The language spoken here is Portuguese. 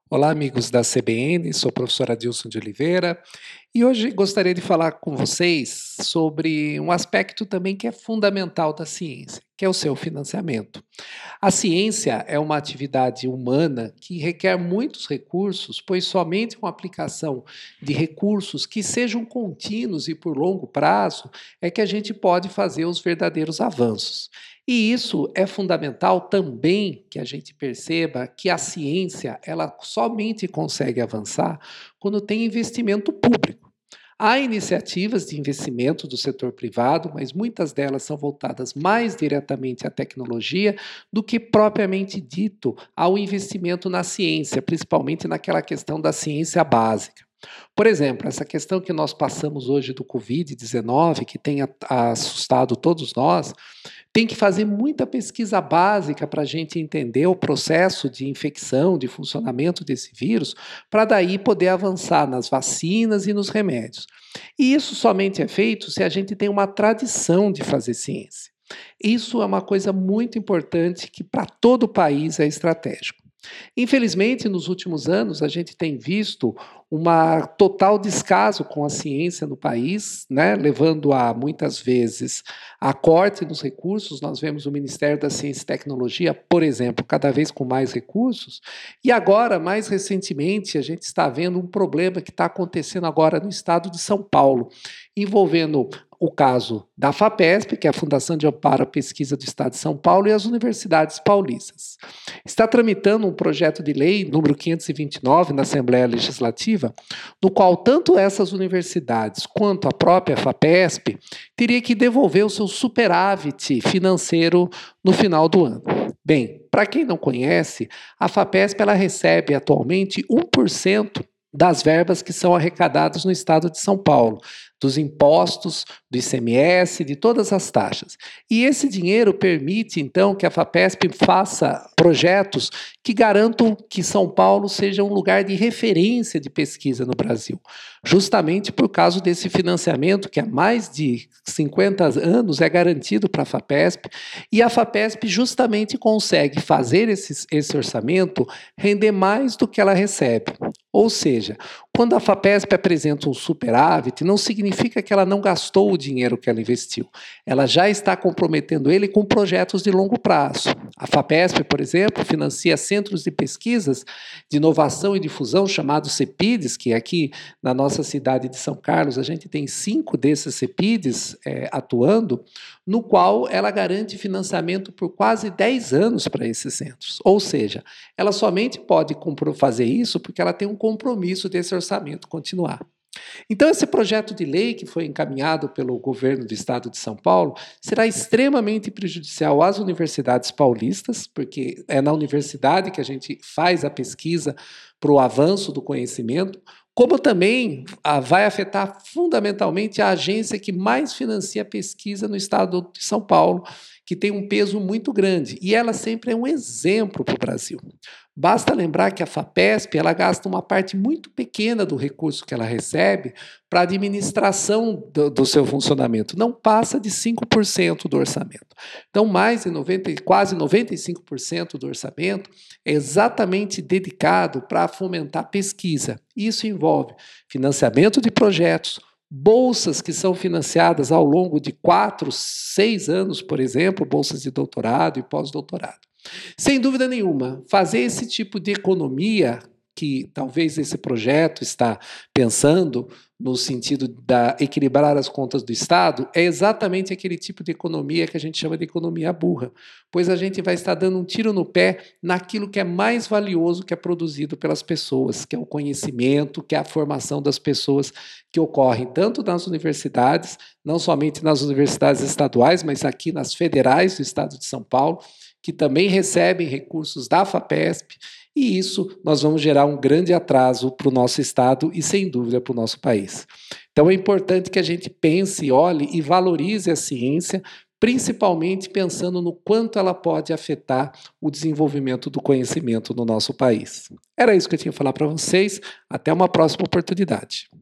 Olá, amigos da CBN, sou o professor Adilson de Oliveira e hoje gostaria de falar com vocês sobre um aspecto também que é fundamental da ciência, que é o seu financiamento. A ciência é uma atividade humana que requer muitos recursos, pois somente com a aplicação de recursos que sejam contínuos e por longo prazo é que a gente pode fazer os verdadeiros avanços. E isso é fundamental também que a gente perceba que a ciência ela somente consegue avançar quando tem investimento público. Há iniciativas de investimento do setor privado, mas muitas delas são voltadas mais diretamente à tecnologia do que propriamente dito ao investimento na ciência, principalmente naquela questão da ciência básica. Por exemplo, essa questão que nós passamos hoje do Covid-19, que tem assustado todos nós, tem que fazer muita pesquisa básica para a gente entender o processo de infecção, de funcionamento desse vírus, para daí poder avançar nas vacinas e nos remédios. E isso somente é feito se a gente tem uma tradição de fazer ciência. Isso é uma coisa muito importante que para todo o país é estratégico. Infelizmente, nos últimos anos, a gente tem visto uma total descaso com a ciência no país, né, levando a, muitas vezes, a corte nos recursos. Nós vemos o Ministério da Ciência e Tecnologia, por exemplo, cada vez com mais recursos, e agora, mais recentemente, a gente está vendo um problema que está acontecendo agora no estado de São Paulo, envolvendo o caso da FAPESP, que é a Fundação de Amparo à Pesquisa do Estado de São Paulo, e as universidades paulistas. Está tramitando um projeto de lei, número 529, na Assembleia Legislativa, no qual tanto essas universidades quanto a própria FAPESP teria que devolver o seu superávit financeiro no final do ano. Bem, para quem não conhece, a FAPESP ela recebe atualmente 1% das verbas que são arrecadadas no estado de São Paulo, dos impostos, do ICMS, de todas as taxas. E esse dinheiro permite, então, que a FAPESP faça projetos que garantam que São Paulo seja um lugar de referência de pesquisa no Brasil, justamente por causa desse financiamento que há mais de 50 anos é garantido para a FAPESP, e a FAPESP justamente consegue fazer esse orçamento render mais do que ela recebe. Ou seja, quando a FAPESP apresenta um superávit, não significa que ela não gastou o dinheiro que ela investiu. Ela já está comprometendo ele com projetos de longo prazo. A FAPESP, por exemplo, financia centros de pesquisas de inovação e difusão chamados CEPIDs, que aqui na nossa cidade de São Carlos a gente tem 5 desses CEPIDs atuando, no qual ela garante financiamento por quase 10 anos para esses centros. Ou seja, ela somente pode fazer isso porque ela tem um compromisso desse orçamento continuar. Então, esse projeto de lei que foi encaminhado pelo governo do estado de São Paulo será extremamente prejudicial às universidades paulistas, porque é na universidade que a gente faz a pesquisa para o avanço do conhecimento, como também vai afetar fundamentalmente a agência que mais financia a pesquisa no estado de São Paulo, que tem um peso muito grande, e ela sempre é um exemplo para o Brasil. Basta lembrar que a FAPESP ela gasta uma parte muito pequena do recurso que ela recebe para a administração do seu funcionamento, não passa de 5% do orçamento. Então, quase 95% do orçamento é exatamente dedicado para fomentar pesquisa. Isso envolve financiamento de projetos, bolsas que são financiadas ao longo de 4, 6 anos, por exemplo, bolsas de doutorado e pós-doutorado. Sem dúvida nenhuma, fazer esse tipo de economia que talvez esse projeto está pensando no sentido de equilibrar as contas do Estado, é exatamente aquele tipo de economia que a gente chama de economia burra, pois a gente vai estar dando um tiro no pé naquilo que é mais valioso que é produzido pelas pessoas, que é o conhecimento, que é a formação das pessoas que ocorre tanto nas universidades, não somente nas universidades estaduais, mas aqui nas federais do Estado de São Paulo, que também recebem recursos da FAPESP, e isso nós vamos gerar um grande atraso para o nosso Estado e, sem dúvida, para o nosso país. Então é importante que a gente pense, olhe e valorize a ciência, principalmente pensando no quanto ela pode afetar o desenvolvimento do conhecimento no nosso país. Era isso que eu tinha que falar para vocês. Até uma próxima oportunidade.